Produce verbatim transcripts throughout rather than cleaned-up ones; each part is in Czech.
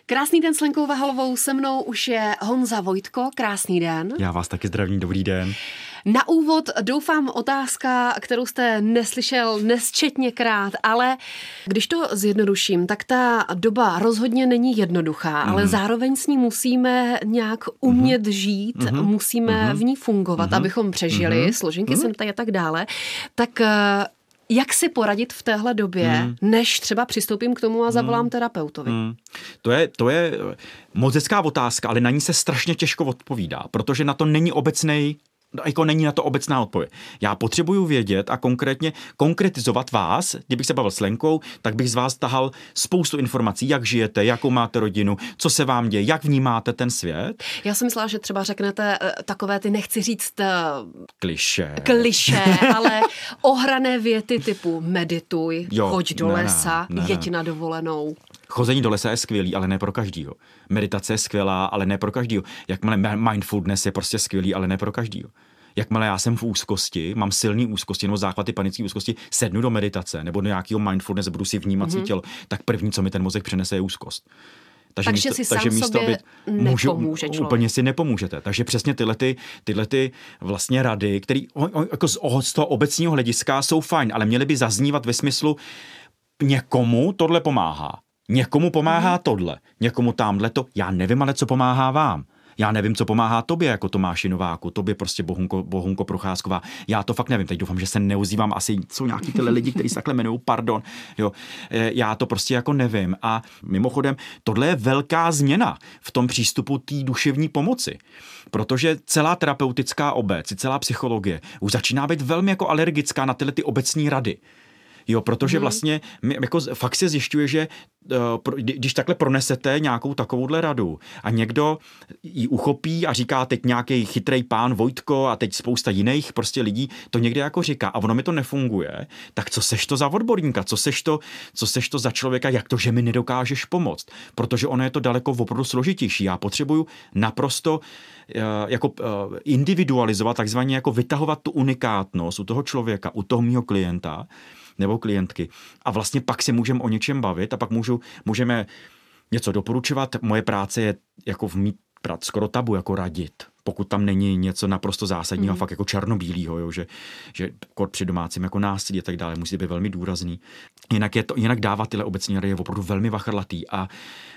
Krásný den s Lenkou Vahalovou, se mnou už je Honza Vojtko, krásný den. Já vás taky zdravím, dobrý den. Na úvod doufám otázka, kterou jste neslyšel nesčetněkrát, ale když to zjednoduším, tak ta doba rozhodně není jednoduchá, mm. ale zároveň s ní musíme nějak umět mm. žít, mm. musíme mm. v ní fungovat, mm. abychom přežili, mm. složenky mm. sem tady a tak dále. Tak jak si poradit v téhle době, mm. než třeba přistoupím k tomu a zavolám mm. terapeutovi? Mm. To je, to je moc hezká otázka, ale na ní se strašně těžko odpovídá, protože na to není obecnej jako není na to obecná odpověď. Já potřebuju vědět a konkrétně konkretizovat vás, kdybych se bavil s Lenkou, tak bych z vás tahal spoustu informací, jak žijete, jakou máte rodinu, co se vám děje, jak vnímáte ten svět. Já jsem myslela, že třeba řeknete uh, takové ty, nechci říct uh, klišé, klišé, ale ohrané věty typu medituj, jo, choď do ne, lesa, ne, ne, jeď ne. na dovolenou. Chození do lesa je skvělý, ale ne pro každýho. Meditace je skvělá, ale ne pro každýho. Jakmile mindfulness je prostě skvělý, ale ne pro každýho. Jakmile já jsem v úzkosti, mám silný úzkosti nebo záchvaty panické úzkosti, sednu do meditace nebo do nějakého mindfulness, budu si vnímat mm-hmm. tělo, tak první, co mi ten mozek přinese, je úzkost. Takže, takže místo, si sám takže místo, sobě můžu, nepomůže člověk. Úplně si nepomůžete. Takže přesně tyhle, ty, tyhle ty vlastně rady, které jako z, z toho obecního hlediska jsou fajn, ale měly by zaznívat ve smyslu někomu tohle pomáhá. Někomu pomáhá mm. tohle, někomu tamhle to, já nevím, ale co pomáhá vám. Já nevím, co pomáhá tobě jako Tomáši Nováku, tobě prostě Bohunko, Bohunko Procházková. Já to fakt nevím, teď doufám, že se neozývám, asi jsou nějaký tyhle lidi, kteří se takhle jmenují, pardon. Jo, já to prostě jako nevím. A mimochodem, tohle je velká změna v tom přístupu té duševní pomoci. Protože celá terapeutická obec, celá psychologie už začíná být velmi jako alergická na tyhle ty obecní rady. Jo, protože vlastně jako fakt se zjišťuje, že když takhle pronesete nějakou takovouhle radu a někdo ji uchopí a říká teď nějaký chytrej pán Vojtko a teď spousta jiných prostě lidí to někde jako říká a ono mi to nefunguje, tak co seš to za odborníka, co seš to, co seš to za člověka, jak to, že mi nedokážeš pomoct, protože ono je to daleko opravdu složitější. Já potřebuju naprosto jako individualizovat, takzvaně jako vytahovat tu unikátnost u toho člověka, u toho mýho klienta nebo klientky. A vlastně pak si můžeme o něčem bavit a pak můžu, můžeme něco doporučovat. Moje práce je jako v mít prát skoro tabu, jako radit. Pokud tam není něco naprosto zásadního, mm. fakt jako černobílýho, jo, že, že kor při domácím jako násilí a tak dále, musí být velmi důrazný. Jinak, je to, jinak dávat tyhle obecní rady je opravdu velmi vachrlatý a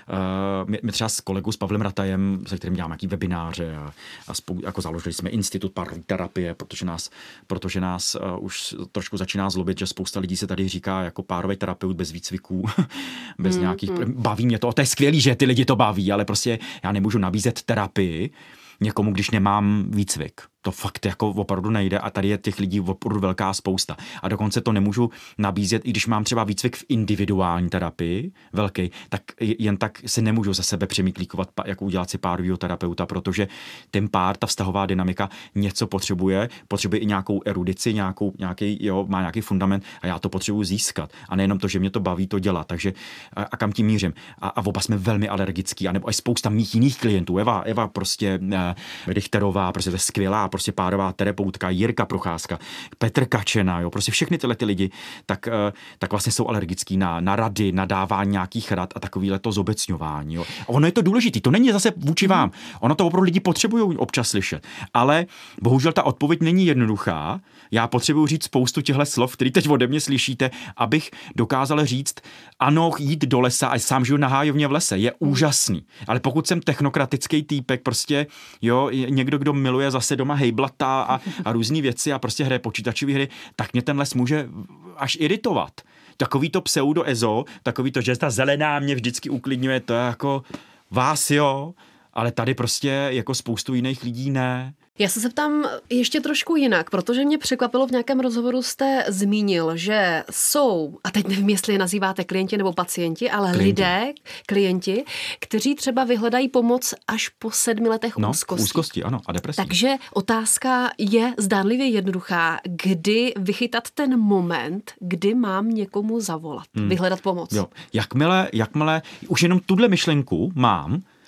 uh, my, my třeba s kolegou s Pavlem Ratajem, se kterým děláme nějaký webináře a, a spolu, jako založili jsme institut parové terapie, protože nás, protože nás uh, už trošku začíná zlobit, že spousta lidí se tady říká jako párový terapeut bez výcviků, bez mm, nějakých, mm. baví mě to, to je skvělý, že ty lidi to baví, ale prostě já nemůžu nabízet terapii někomu, když nemám výcvik. To fakt jako opravdu nejde a tady je těch lidí opravdu velká spousta. A dokonce to nemůžu nabízet, i když mám třeba výcvik v individuální terapii, velký, tak jen tak se nemůžu za sebe přemýklíkovat, jako udělat si párovýho terapeuta, protože ten pár, ta vztahová dynamika něco potřebuje, potřebuje i nějakou erudici, nějakou, nějaký, jo, má nějaký fundament a já to potřebuji získat. A nejenom to, že mě to baví to dělat. Takže a, a kam tím mířím? A, a oba jsme velmi alergický, anebo i spousta mých jiných klientů. Eva, Eva prostě eh, Richterová, prostě to je skvělá, prostě párová terapeutka, Jirka Procházka, Petr Kačena, jo, prostě všechny tyhle ty lidi, tak, tak vlastně jsou alergický na, na rady, na dávání nějakých rad a takovýhle to zobecňování, jo. A ono je to důležitý, to není zase vůči vám. Ono to opravdu lidi potřebují občas slyšet, ale bohužel ta odpověď není jednoduchá. Já potřebuji říct spoustu těchto slov, které teď ode mě slyšíte, abych dokázal říct, ano, jít do lesa a sám žiju na hájovně v lese, je úžasný. Ale pokud jsem technokratický týpek, prostě, jo, někdo, kdo miluje zase doma hejblata a, a různý věci a prostě hraje počítačové hry, tak mě ten les může až iritovat. Takový to pseudo-ezo, takový to, že ta zelená mě vždycky uklidňuje, to je jako vás, jo, ale tady prostě jako spoustu jiných lidí ne. Já se zeptám ještě trošku jinak, protože mě překvapilo, v nějakém rozhovoru jste zmínil, že jsou, a teď nevím, jestli je nazýváte klienti nebo pacienti, ale klienti. lidé, klienti, kteří třeba vyhledají pomoc až po sedmi letech no, úzkosti. úzkosti, ano, a depresí. Takže otázka je zdánlivě jednoduchá, kdy vychytat ten moment, kdy mám někomu zavolat, hmm. vyhledat pomoc. Jo. Jakmile, jakmile, už jenom tuhle myšlenku mám,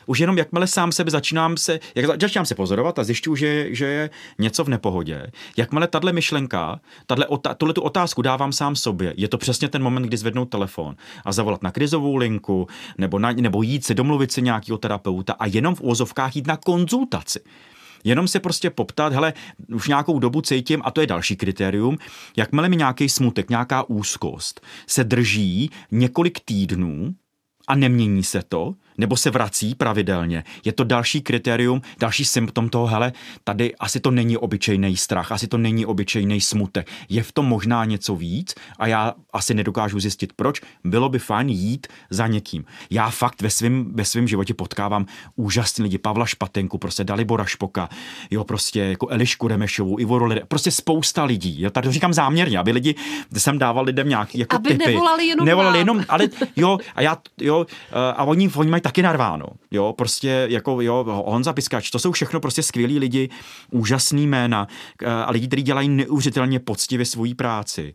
Už jenom jakmile sám sebe začínám se, jak začínám se pozorovat a zjišťuju, že, že je něco v nepohodě. Jakmile tahle myšlenka, tahle tuhle tu otázku dávám sám sobě, je to přesně ten moment, kdy zvednout telefon a zavolat na krizovou linku, nebo, na, nebo jít se domluvit se nějakého terapeuta a jenom v úvozovkách jít na konzultaci. Jenom se prostě poptat, hele, už nějakou dobu cítím, a to je další kritérium, jakmile mi nějaký smutek, nějaká úzkost se drží několik týdnů a nemění se to, nebo se vrací pravidelně. Je to další kritérium, další symptom toho, hele, tady asi to není obyčejný strach, asi to není obyčejný smutek. Je v tom možná něco víc a já asi nedokážu zjistit, proč. Bylo by fajn jít za někým. Já fakt ve svém ve svém životě potkávám úžasný lidi, Pavla Špatenku, prostě Dalibora Špoka, jo, prostě jako Elišku Remešovou, Ivoru Lide, prostě spousta lidí. Jo, tady to říkám záměrně, aby lidi, jsem dával lidem nějaký jako aby tipy. nevolali jenom nevolali jenom, ale jo, a já, jo, a oni, oni mají taky narváno, jo, prostě jako, jo, Honza Piskač, to jsou všechno prostě skvělí lidi, úžasný jména a lidi, kteří dělají neuvěřitelně poctivě svoji práci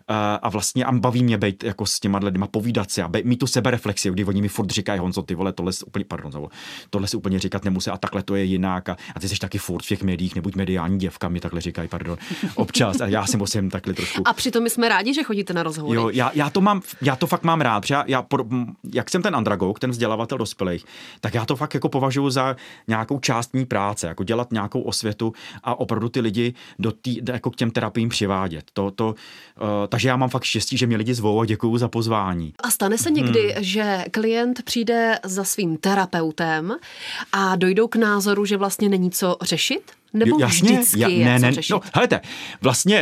a vlastně a baví mě být jako s těma lidma, povídat si a mít tu sebereflexi, kdy oni mi furt říkají, Honzo, ty vole, tohle si úplně, pardon, tohle si úplně říkat nemusí a takhle to je jinak a, a ty jsi taky furt v těch médiích, nebuď mediální děvka, mi takhle říkají, pardon, občas a já si musím takhle trošku. A přitom my jsme rádi, že chodíte na rozhovory. Jo, já, já to mám, já to fakt mám rád, protože já, já jak jsem ten andragog, ten vzdělavatel dospělých, tak já to fakt jako považuji za nějakou část mý práce, jako dělat nějakou osvětu a opravdu ty lidi do tý, jako k těm terapiím přivádět. To, to, uh, takže já mám fakt štěstí, že mě lidi zvou a děkuju za pozvání. A stane se někdy, hmm. že klient přijde za svým terapeutem a dojdou k názoru, že vlastně není co řešit? Nebo Jasně, vždycky ja, je ne, co ne, řešit? No, helejte, vlastně...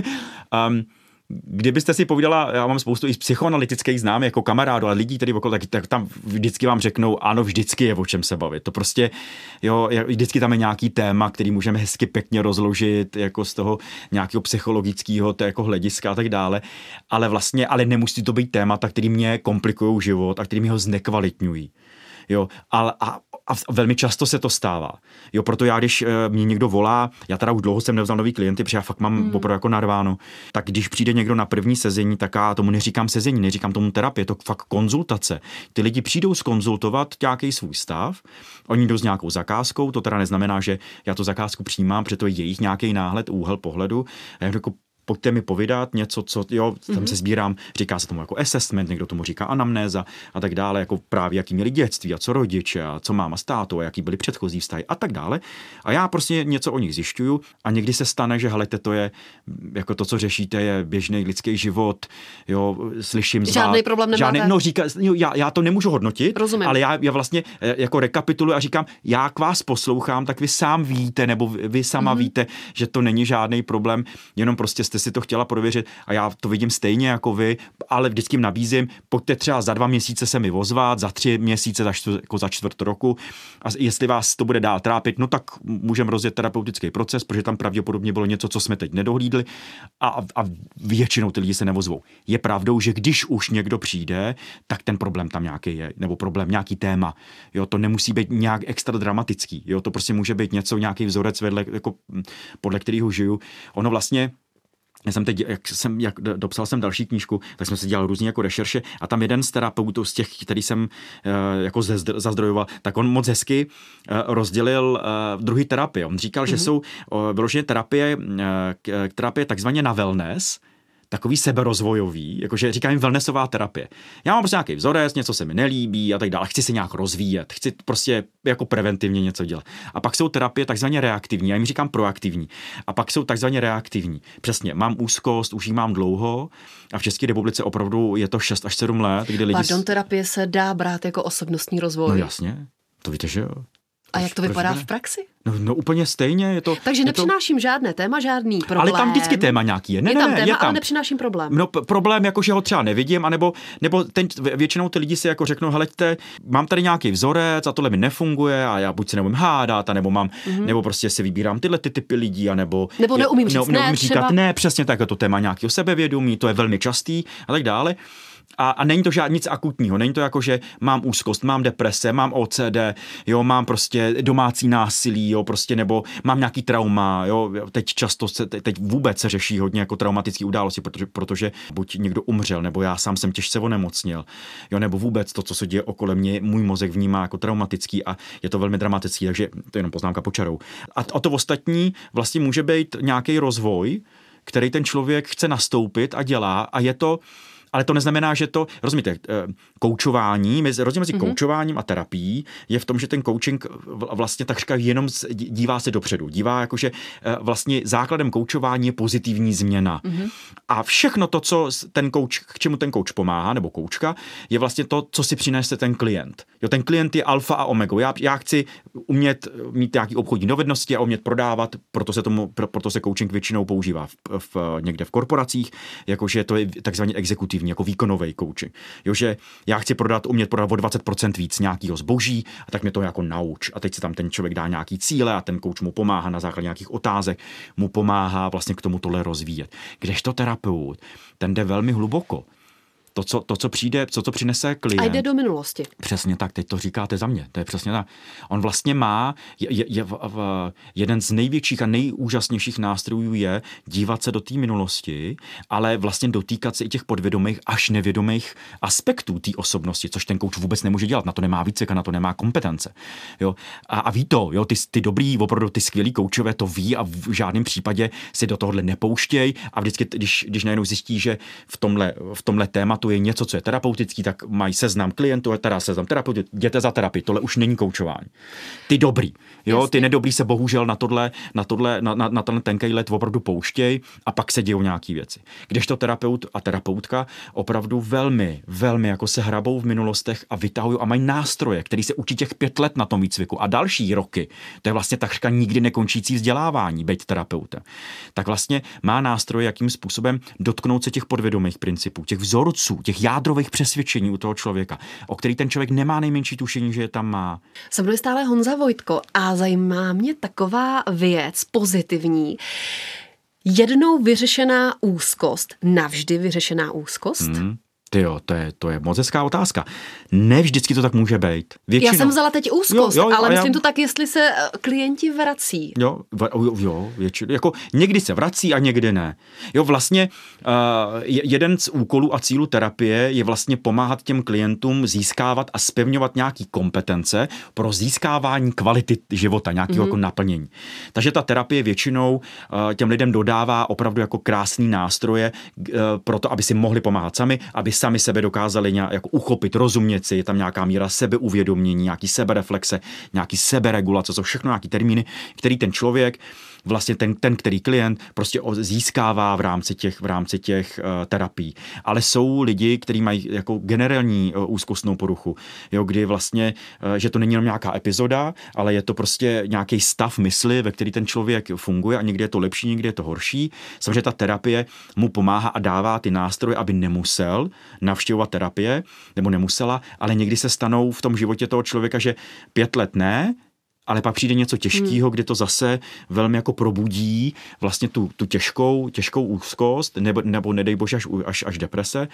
um, Kdybyste si povídala, já mám spoustu i psychoanalytických znám jako kamarádu, ale lidí, který okolo, tak, tak tam vždycky vám řeknou, ano, vždycky je o čem se bavit. To prostě, jo, vždycky tam je nějaký téma, který můžeme hezky pěkně rozložit, jako z toho nějakého psychologického to jako hlediska a tak dále, ale vlastně, ale nemusí to být témata, který mě komplikují život a který mě ho znekvalitňují. Jo, ale a, a velmi často se to stává. Jo, proto já, když e, mě někdo volá, já teda už dlouho jsem nevzal nový klienty, protože já fakt mám hmm. opravdu jako narváno, tak když přijde někdo na první sezení, tak já tomu neříkám sezení, neříkám tomu terapie, to fakt konzultace. Ty lidi přijdou zkonzultovat nějaký svůj stav, oni jdou s nějakou zakázkou, to teda neznamená, že já tu zakázku přijímám, protože to je jejich nějaký náhled, úhel pohledu. A já jako pojďte mi povídat něco, co, jo, tam mm-hmm. se sbírám, říká se tomu jako assessment, někdo tomu říká anamnéza a tak dále, jako právě jaký měli dětství a co rodiče a co máma s tátou a jaký byly předchozí vztahy a tak dále. A já prostě něco o nich zjišťuju a někdy se stane, že helejte, to je, jako to, co řešíte, je běžný lidský život, jo, slyším z vás. Žádný problém nemáte. Žádný, no říká, jo, já, já to nemůžu hodnotit, rozumím. Ale já, já vlastně jako rekapituluji a říkám, já k vás poslouchám, tak vy sám víte, nebo vy sama mm-hmm. víte, že to není žádný problém, jenom prostě jste si to chtěla prověřit a já to vidím stejně jako vy, ale vždycky jim nabízím, pojďte třeba za dva měsíce se mi ozvat, za tři měsíce, za čtvrt, jako za čtvrt roku a jestli vás to bude dál trápit, no tak můžeme rozjet terapeutický proces, protože tam pravděpodobně bylo něco, co jsme teď nedohlídli a, a většinou ty lidi se nevozvou. Je pravdou, že když už někdo přijde, tak ten problém tam nějaký je, nebo problém, nějaký téma. Jo, to nemusí být nějak extra dramatický. Jo, to prostě může být něco, nějaký vzorec vedle, jako podle kterého žiju. Ono vlastně Já jsem teď, jak jsem, jak dopsal jsem další knížku, tak jsem si dělal různý jako rešerše a tam jeden z terapeutů, z těch, který jsem uh, jako zazdrojoval, tak on moc hezky uh, rozdělil uh, druhý terapie. On říkal, mm-hmm. že jsou uh, vyloženě terapie, uh, terapie takzvaně na wellness, takový seberozvojový, jakože říkám jim wellnessová terapie. Já mám prostě nějaký vzorec, něco se mi nelíbí a tak dále, chci se nějak rozvíjet, chci prostě jako preventivně něco dělat. A pak jsou terapie takzvaně reaktivní, já jim říkám proaktivní. A pak jsou takzvaně reaktivní. Přesně, mám úzkost, už ji mám dlouho a v České republice opravdu je to šest až sedm let, kdy lidi... Pardon, terapie se dá brát jako osobnostní rozvoj. No jasně, to víte, že jo. A jak to vypadá v praxi? No, no úplně stejně. Je to, Takže je nepřináším to... žádné téma, žádný problém. Ale tam vždycky téma nějaký je. Ne, je tam ne, téma, je tam. ale nepřináším problém. No p- problém, jako že ho třeba nevidím, anebo nebo ten, většinou ty lidi si jako řeknou, heleďte, mám tady nějaký vzorec a tohle mi nefunguje a já buď se neumím hádat, nebo mám, mm-hmm. nebo prostě si vybírám tyhle ty typy lidí, anebo... Nebo neumím říct ne, ne, neumím třeba... říkat ne, přesně tak, je to téma nějakého sebevědomí, to je velmi častý a tak dále. A, a není to žádný nic akutního, není to jako, že mám úzkost, mám deprese, mám O C D, jo, mám prostě domácí násilí, jo, prostě, nebo mám nějaký trauma, jo, teď často se, teď vůbec se řeší hodně jako traumatické události, protože, protože buď někdo umřel, nebo já sám jsem těžce onemocněl, jo, nebo vůbec to, co se děje okolo mě, můj mozek vnímá jako traumatický a je to velmi dramatický, takže to je jenom poznámka pod čarou. A, a to ostatní vlastně může být nějaký rozvoj, který ten člověk chce nastoupit a dělá a je to. Ale to neznamená, že to, rozumíte, koučování, rozdíl mezi mm-hmm. koučováním a terapií je v tom, že ten coaching vlastně takřka jenom dívá se dopředu. Dívá jakože vlastně základem koučování je pozitivní změna. Mm-hmm. A všechno to, co ten coach, k čemu ten coach pomáhá, nebo koučka, je vlastně to, co si přinese ten klient. Jo, ten klient je alfa a omega. Já, já chci umět mít nějaké obchodní dovednosti a umět prodávat, proto se, tomu, proto se coaching většinou používá v, v, někde v korporacích, jakože to je takzvaně exekutivní, jako výkonový coaching. Jo, že já chci prodat, umět prodat o dvacet procent víc nějakého zboží, a tak mě to jako nauč. A teď si tam ten člověk dá nějaký cíle a ten coach mu pomáhá na základě nějakých otázek, mu pomáhá vlastně k tomu tohle rozvíjet. Kdežto terapeut, ten jde velmi hluboko. To, co, to, co přijde, co to přinese klient. A jde do minulosti. Přesně tak, teď to říkáte za mě, to je přesně tak. On vlastně má, je, je v, v, jeden z největších a nejúžasnějších nástrojů je dívat se do té minulosti, ale vlastně dotýkat se i těch podvědomých až nevědomých aspektů té osobnosti, což ten kouč vůbec nemůže dělat, na to nemá výcvik a na to nemá kompetence. Jo? A, a ví to, jo? Ty, ty dobrý, opravdu ty skvělí koučové to ví a v žádném případě si do tohohle nepouštěj a vždycky, když, když najednou zjistí, že v tomhle, v tomhle tématu je něco, co je terapeutický, tak mají seznam klientů, teda seznam terapeutů, jděte za terapii, tohle už není koučování. Ty dobrý, jo, Jasně. Ty nedobrý se bohužel na tohle, na tohle, na, na, na ten tenkej let opravdu pouštěj a pak se dějou nějaký věci. Kdežto terapeut a terapeutka opravdu velmi, velmi jako se hrabou v minulostech a vytahují a mají nástroje, který se učí těch pět let na tom výcviku a další roky. To je vlastně takřka nikdy nekončící vzdělávání, být terapeutem. Tak vlastně má nástroje, jakým způsobem dotknout se těch podvědomých principů, těch vzorců, těch jádrových přesvědčení u toho člověka, o který ten člověk nemá nejmenší tušení, že je tam má. Se mnou je stále Honza Vojtko a zajímá mě taková věc pozitivní. Jednou vyřešená úzkost, navždy vyřešená úzkost? Hmm. Tyjo, to je, to je moc hezká otázka. Ne vždycky to tak může být. Většinou. Já jsem vzala teď úzkost, jo, jo, ale myslím já... to tak, jestli se klienti vrací. Jo, jo, jo většinou. Jako někdy se vrací a někdy ne. Jo, vlastně uh, jeden z úkolů a cílů terapie je vlastně pomáhat těm klientům získávat a zpevňovat nějaký kompetence pro získávání kvality života, nějakého mm-hmm. jako naplnění. Takže ta terapie většinou uh, těm lidem dodává opravdu jako krásný nástroje uh, pro to, aby si mohli pomáhat sami, aby sami sebe dokázali nějak jako uchopit, rozumět si, je tam nějaká míra sebeuvědomění, nějaký sebereflexe, nějaký seberegulace, co všechno nějaký termíny, který ten člověk, vlastně ten, ten který klient prostě získává v rámci těch, v rámci těch uh, terapií. Ale jsou lidi, kteří mají jako generální uh, úzkostnou poruchu, jo, kdy vlastně, uh, že to není jenom nějaká epizoda, ale je to prostě nějaký stav mysli, ve který ten člověk funguje a někdy je to lepší, někdy je to horší. Samozřejmě ta terapie mu pomáhá a dává ty nástroje, aby nemusel navštěvovat terapie, nebo nemusela, ale někdy se stanou v tom životě toho člověka, že pět let ne, ale pak přijde něco těžkého, hmm. kde to zase velmi jako probudí vlastně tu, tu těžkou, těžkou úzkost, nebo, nebo nedej bože až, až, až deprese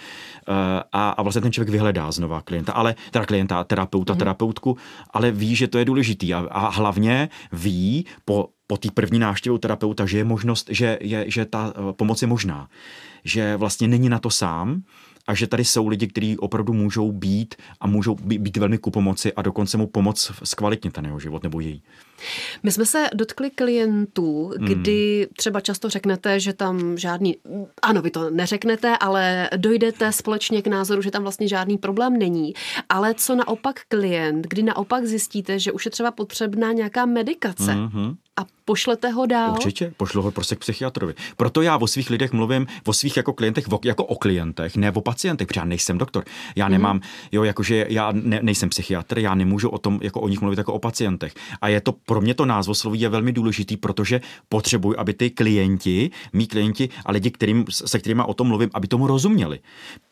a, a vlastně ten člověk vyhledá znova klienta, ale teda klienta, terapeuta, hmm. terapeutku, ale ví, že to je důležitý a, a hlavně ví po po té první návštěvě terapeuta, že je možnost, že, je, že ta pomoc je možná, že vlastně není na to sám a že tady jsou lidi, kteří opravdu můžou být a můžou být, být velmi ku pomoci a dokonce mu pomoct zkvalitnit ten jeho život nebo její. My jsme se dotkli klientů, kdy třeba často řeknete, že tam žádný, ano, vy to neřeknete, ale dojdete společně k názoru, že tam vlastně žádný problém není. Ale co naopak klient, kdy naopak zjistíte, že už je třeba potřebná nějaká medikace mm-hmm. a pošlete ho dál? Určitě, pošlu ho prostě k psychiatrovi. Proto já o svých lidech mluvím, o svých jako klientech, jako o klientech, ne o pacientech, protože já nejsem doktor. Já nemám, mm. jo, jakože já ne, nejsem psychiatr, já nemůžu o tom, jako o nich mluvit jako o pacientech. A je to pro mě to názvosloví je velmi důležitý, protože potřebuji, aby ty klienti, mý klienti a lidi, kterým, se kterými o tom mluvím, aby tomu rozuměli.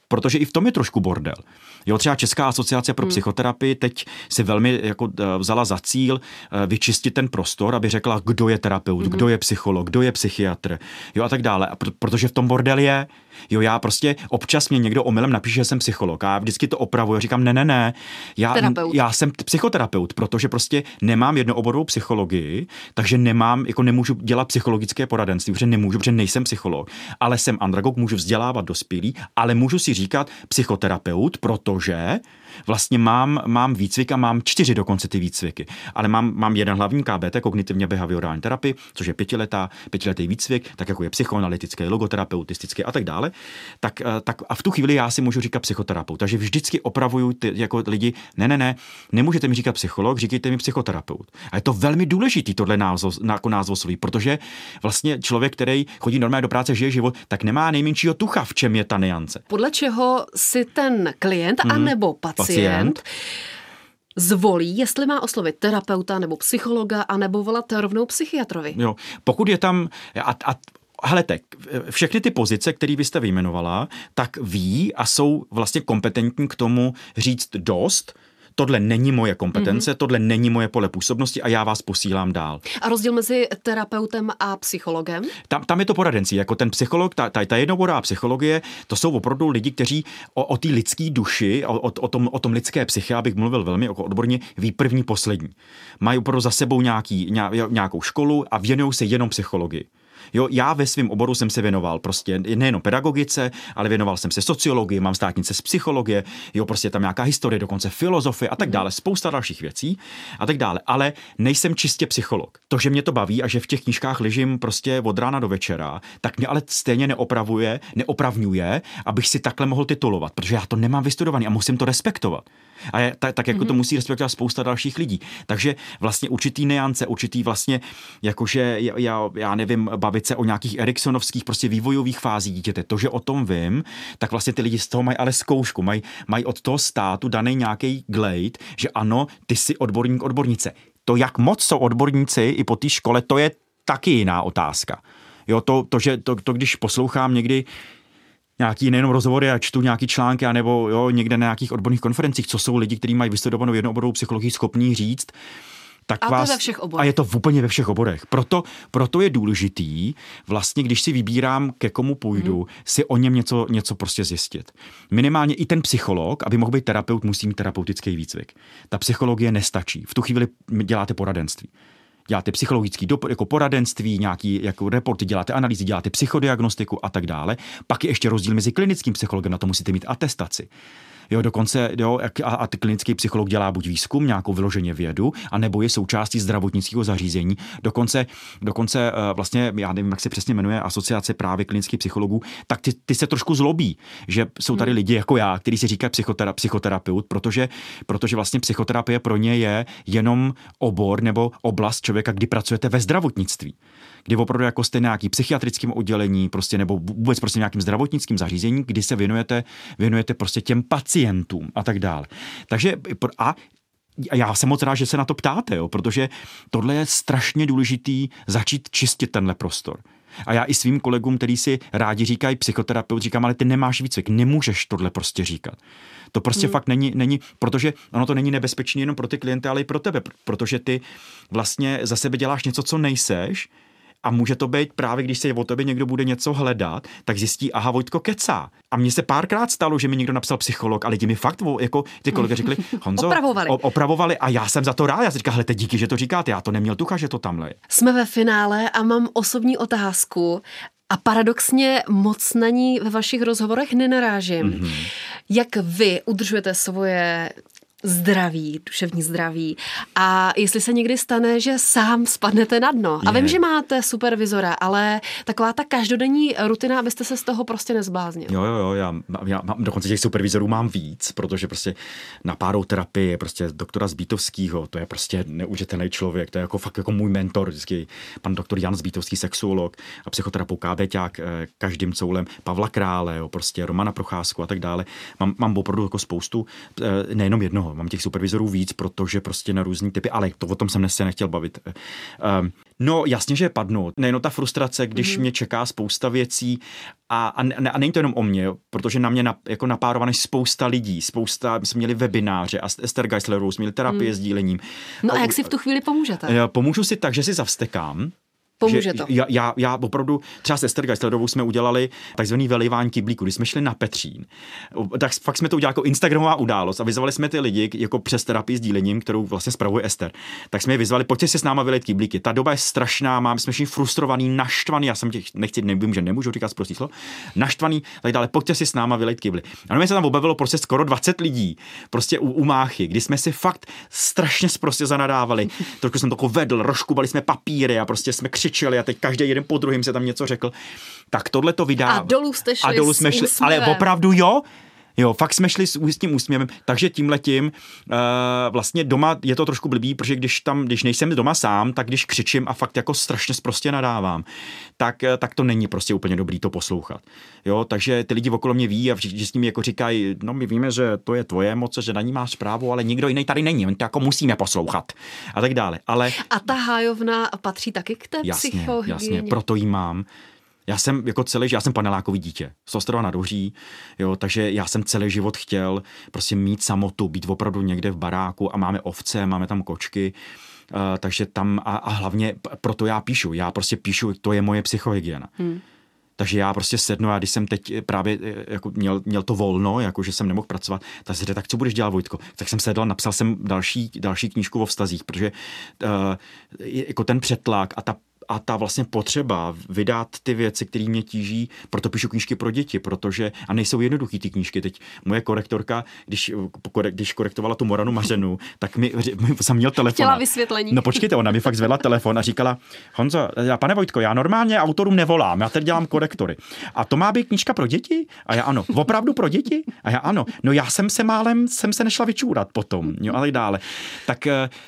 protože i v tom je trošku bordel. Jo, třeba Česká asociace pro hmm. psychoterapii teď si velmi jako vzala za cíl vyčistit ten prostor, aby řekla, kdo je terapeut, hmm. kdo je psycholog, kdo je psychiatr, jo a tak dále. A protože v tom bordel je, jo, já prostě občas mě někdo omylem napíše, že jsem psycholog a já vždycky to opravuju, říkám, ne, ne, ne, já, já jsem psychoterapeut, protože prostě nemám jednooborovou psychologii, takže nemám, jako nemůžu dělat psychologické poradenství, protože nemůžu, protože nejsem psycholog, ale jsem andragog, můžu vzdělávat dospělý, ale můžu si říkat psychoterapeut, protože vlastně mám, mám výcvik a mám čtyři dokonce ty výcviky, ale mám, mám jeden hlavní K B T, kognitivně behaviorální terapii, což je pětiletá, pětiletý výcvik, tak jako je psychoanalytický, logoterapeutistický a tak dále, tak, tak a v tu chvíli já si můžu říkat psychoterapeut. Takže vždycky opravuju ty jako lidi, ne, ne, ne, nemůžete mi říkat psycholog, říkejte mi psychoterapeut. A je to velmi důležitý tohle názov, jako názvosloví, protože vlastně člověk, který chodí normálně do práce, žije život, tak nemá nejmenšího tucha, v čem je ta nuance. Podle čeho si ten klient mm, anebo pacient, pacient zvolí, jestli má oslovit terapeuta nebo psychologa, anebo volat rovnou psychiatrovi. Jo, pokud je tam a, a Helejte, všechny ty pozice, které vy jste vyjmenovala, tak ví a jsou vlastně kompetentní k tomu říct dost. Tohle není moje kompetence, mm-hmm. tohle není moje pole působnosti a já vás posílám dál. A rozdíl mezi terapeutem a psychologem? Tam, tam je to poradenství. Jako ten psycholog, ta, ta, ta jednoborová psychologie, to jsou opravdu lidi, kteří o, o té lidské duši, o, o, tom, o tom lidské psyche, abych mluvil velmi jako odborně, ví první, poslední. Mají opravdu za sebou nějaký, nějakou školu a věnují se jenom psychologii. Jo, já ve svém oboru jsem se věnoval prostě nejenom pedagogice, ale věnoval jsem se sociologii, mám státnice z psychologie, jo, prostě tam nějaká historie, dokonce filozofie a tak dále, spousta dalších věcí a tak dále, ale nejsem čistě psycholog. To, že mě to baví a že v těch knížkách ležím prostě od rána do večera, tak mě ale stejně neopravuje, neopravňuje, abych si takhle mohl titulovat, protože já to nemám vystudovaný a musím to respektovat. A je, tak, tak jako mm-hmm. to musí respektovat spousta dalších lidí. Takže vlastně určitý nuance, určitý vlastně, jakože já, já nevím, bavit se o nějakých eriksonovských prostě vývojových fází dítěte. To, že o tom vím, tak vlastně ty lidi z toho mají ale zkoušku, mají, mají od toho státu daný nějaký glejt, že ano, ty jsi odborník, odbornice. To, jak moc jsou odborníci i po té škole, to je taky jiná otázka. Jo, to, to, že to, to, když poslouchám někdy nějaký nejenom rozhovory a čtu nějaký články, anebo jo, někde na nějakých odborných konferencích, co jsou lidi, kteří mají vystudovanou jednooborovou psychologii, schopní říct, tak a vás, to ve všech oborech. A je to úplně ve všech oborech. Proto, proto je důležitý, vlastně, když si vybírám, ke komu půjdu, hmm. si o něm něco, něco prostě zjistit. Minimálně i ten psycholog, aby mohl být terapeut, musí mít terapeutický výcvik. Ta psychologie nestačí. V tu chvíli děláte poradenství. Děláte psychologický dop- jako poradenství, nějaký jako reporty, děláte analýzy, děláte psychodiagnostiku a tak dále. Pak je ještě rozdíl mezi klinickým psychologem, na to musíte mít atestaci. Jo, dokonce, jo, a, a klinický psycholog dělá buď výzkum, nějakou vyloženě vědu, anebo je součástí zdravotnického zařízení. Dokonce, dokonce vlastně, já nevím, jak se přesně jmenuje, asociace právě klinických psychologů, tak ty, ty se trošku zlobí, že jsou tady lidi jako já, kteří si říkají psychotera, psychoterapeut, protože, protože vlastně psychoterapie pro ně je jenom obor nebo oblast člověka, kdy pracujete ve zdravotnictví. Kdy opravdu jako jste nějaký psychiatrickým oddělení, prostě nebo vůbec prostě nějakým zdravotnickým zařízení, kdy se věnujete, věnujete prostě těm pacientům a tak dále. Takže a já jsem moc rád, že se na to ptáte, jo, protože tohle je strašně důležitý začít čistit tenhle prostor. A já i svým kolegům, kteří si rádi říkají psychoterapeut, říkám, ale ty nemáš výcvik, nemůžeš tohle prostě říkat. To prostě hmm. fakt není, není, protože ono to není nebezpečné jenom pro ty klienty, ale i pro tebe, protože ty vlastně za sebe děláš něco, co nejseš. A může to být právě, když se o tebe někdo bude něco hledat, tak zjistí, aha, Vojtko kecá. A mně se párkrát stalo, že mi někdo napsal psycholog, ale lidi mi fakt, jako ty kolegy řekli, Honzo, opravovali. O, opravovali a já jsem za to rád. Já si říkám, hele, díky, že to říkáte, já to neměl tucha, že to tamhle je. Jsme ve finále a mám osobní otázku. A paradoxně moc na ní ve vašich rozhovorech nenarážím. Mm-hmm. Jak vy udržujete svoje zdraví, duševní zdraví a jestli se někdy stane, že sám spadnete na dno. A vím, že máte supervizora, ale taková ta každodenní rutina, abyste se z toho prostě nezbláznil. Jo, jo, jo, já, já mám, dokonce těch supervizorů mám víc, protože prostě na párou terapii je prostě doktora Zbítovskýho, to je prostě neuvěřitelný člověk, to je jako fakt jako můj mentor, vždycky pan doktor Jan Zbítovský, sexuolog a psychoterapeut kábeťák, každým coulem, Pavla Krále, jo, prostě Romana Procházku a tak dále. Mám, mám opravdu jako spoustu, nejenom jednoho, jednoho, mám těch supervizorů víc, protože prostě na různý typy, ale to o tom jsem se nechtěl bavit. Um, no jasně, že padnu. Nejenom ta frustrace, když mm. mě čeká spousta věcí a, a, a není to jenom o mě, protože na mě na, jako napárované spousta lidí, spousta, my jsme měli webináře a Esther Geislerovou jsme měli terapie mm. s dílením. No a, a jak si v tu chvíli pomůžete? Pomůžu si tak, že si zavstekám. Pomůže to. Já, já, já opravdu, třeba s Esther Geislerovou jsme udělali takzvaný vylejvání kyblíku, když jsme šli na Petřín. Tak fakt jsme to udělali jako instagramová událost a vyzvali jsme ty lidi jako přes terapii s dílením, kterou vlastně spravuje Esther. Tak jsme je vyzvali, pojďte si s náma vylejt kyblíky. Ta doba je strašná, máme jsme všichni frustrovaný, naštvaný, já jsem těch nechci, nevím, že nemůžu říkat prostý slovo, naštvaný, tak dále, pojďte si s náma vylejt kybly. A mě se tam objevilo prostě skoro dvacet lidí, prostě u, u Máchy, kdy jsme si fakt strašně sprostě zanadávali. Trošku jsem to vedl, rozkubali jsme papíry a prostě jsme křičeli a teď každý jeden po druhým se tam něco řekl. Tak tohle to vydá. A dolů jste šli, a dolů jsme šli, ale opravdu jo. Jo, fakt jsme šli s, s tím úsměvem, takže tímhletím uh, vlastně doma je to trošku blbý, protože když tam, když nejsem doma sám, tak když křičím a fakt jako strašně prostě nadávám, tak, tak to není prostě úplně dobrý to poslouchat. Jo, takže ty lidi okolo mě ví a vždy s nimi jako říkají, no my víme, že to je tvoje emoce, že na ní máš právo, ale nikdo jiný tady není, my to jako musíme poslouchat a tak dále. Ale a ta hájovna patří taky k té jasně, psychohygieně? Jasně, proto jí mám. Já jsem jako celý, já jsem panelákový dítě z Ostrova nad Ohří, jo, takže já jsem celý život chtěl prostě mít samotu, být opravdu někde v baráku a máme ovce, máme tam kočky, uh, takže tam a, a hlavně proto já píšu, já prostě píšu, to je moje psychohygiena. Hmm. Takže já prostě sednu a když jsem teď právě jako měl, měl to volno, jako že jsem nemohl pracovat, tak si řekl, tak co budeš dělat, Vojtko? Tak jsem sedl, napsal jsem další, další knížku o vztazích, protože uh, jako ten přetlak a ta A ta vlastně potřeba vydat ty věci, které mě tíží, proto píšu knížky pro děti, protože, a nejsou jednoduchý ty knížky. Teď moje korektorka, když, když korektovala tu Moranu Mařenu, tak mi, mi jsem měl telefon. Chtěla vysvětlení. No počkejte, ona mi fakt zvedla telefon a říkala, Honzo, já, pane Vojtko, já normálně autorům nevolám, já teď dělám korektory. A to má být knížka pro děti? A já ano, opravdu pro děti? A já ano, no já jsem se málem, jsem se nešla vyčůrat potom, jo, a tak dále. Tak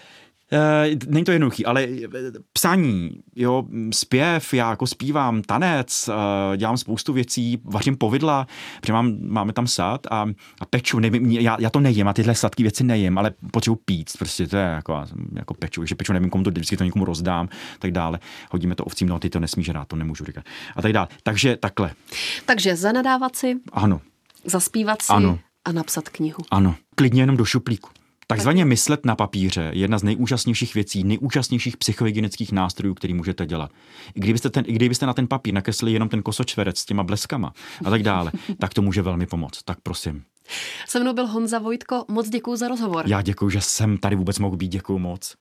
Uh, není to jednoduchý, ale psaní, jo, zpěv, já jako zpívám, tanec, uh, dělám spoustu věcí, vařím povidla, protože mám, máme tam sad a, a peču, nevím, já, já to nejím a tyhle sladké věci nejím, ale potřebuji pít, prostě to je jako, jako peču, že peču nevím, komu to vždycky to někomu rozdám, tak dále, hodíme to ovcím, no ty to nesmíš rád, to nemůžu říkat a tak dále, takže takhle. Takže zanadávat si, ano. Zaspívat si ano. A napsat knihu. Ano, klidně jenom do šuplíku. Takzvaně myslet na papíře je jedna z nejúžasnějších věcí, nejúžasnějších psychohygienických nástrojů, který můžete dělat. I kdybyste, ten, I kdybyste na ten papír nakreslili jenom ten kosočverec s těma bleskama a tak dále, tak to může velmi pomoct. Tak prosím. Se mnou byl Honza Vojtko, moc děkuju za rozhovor. Já děkuju, že jsem tady vůbec mohl být, děkuju moc.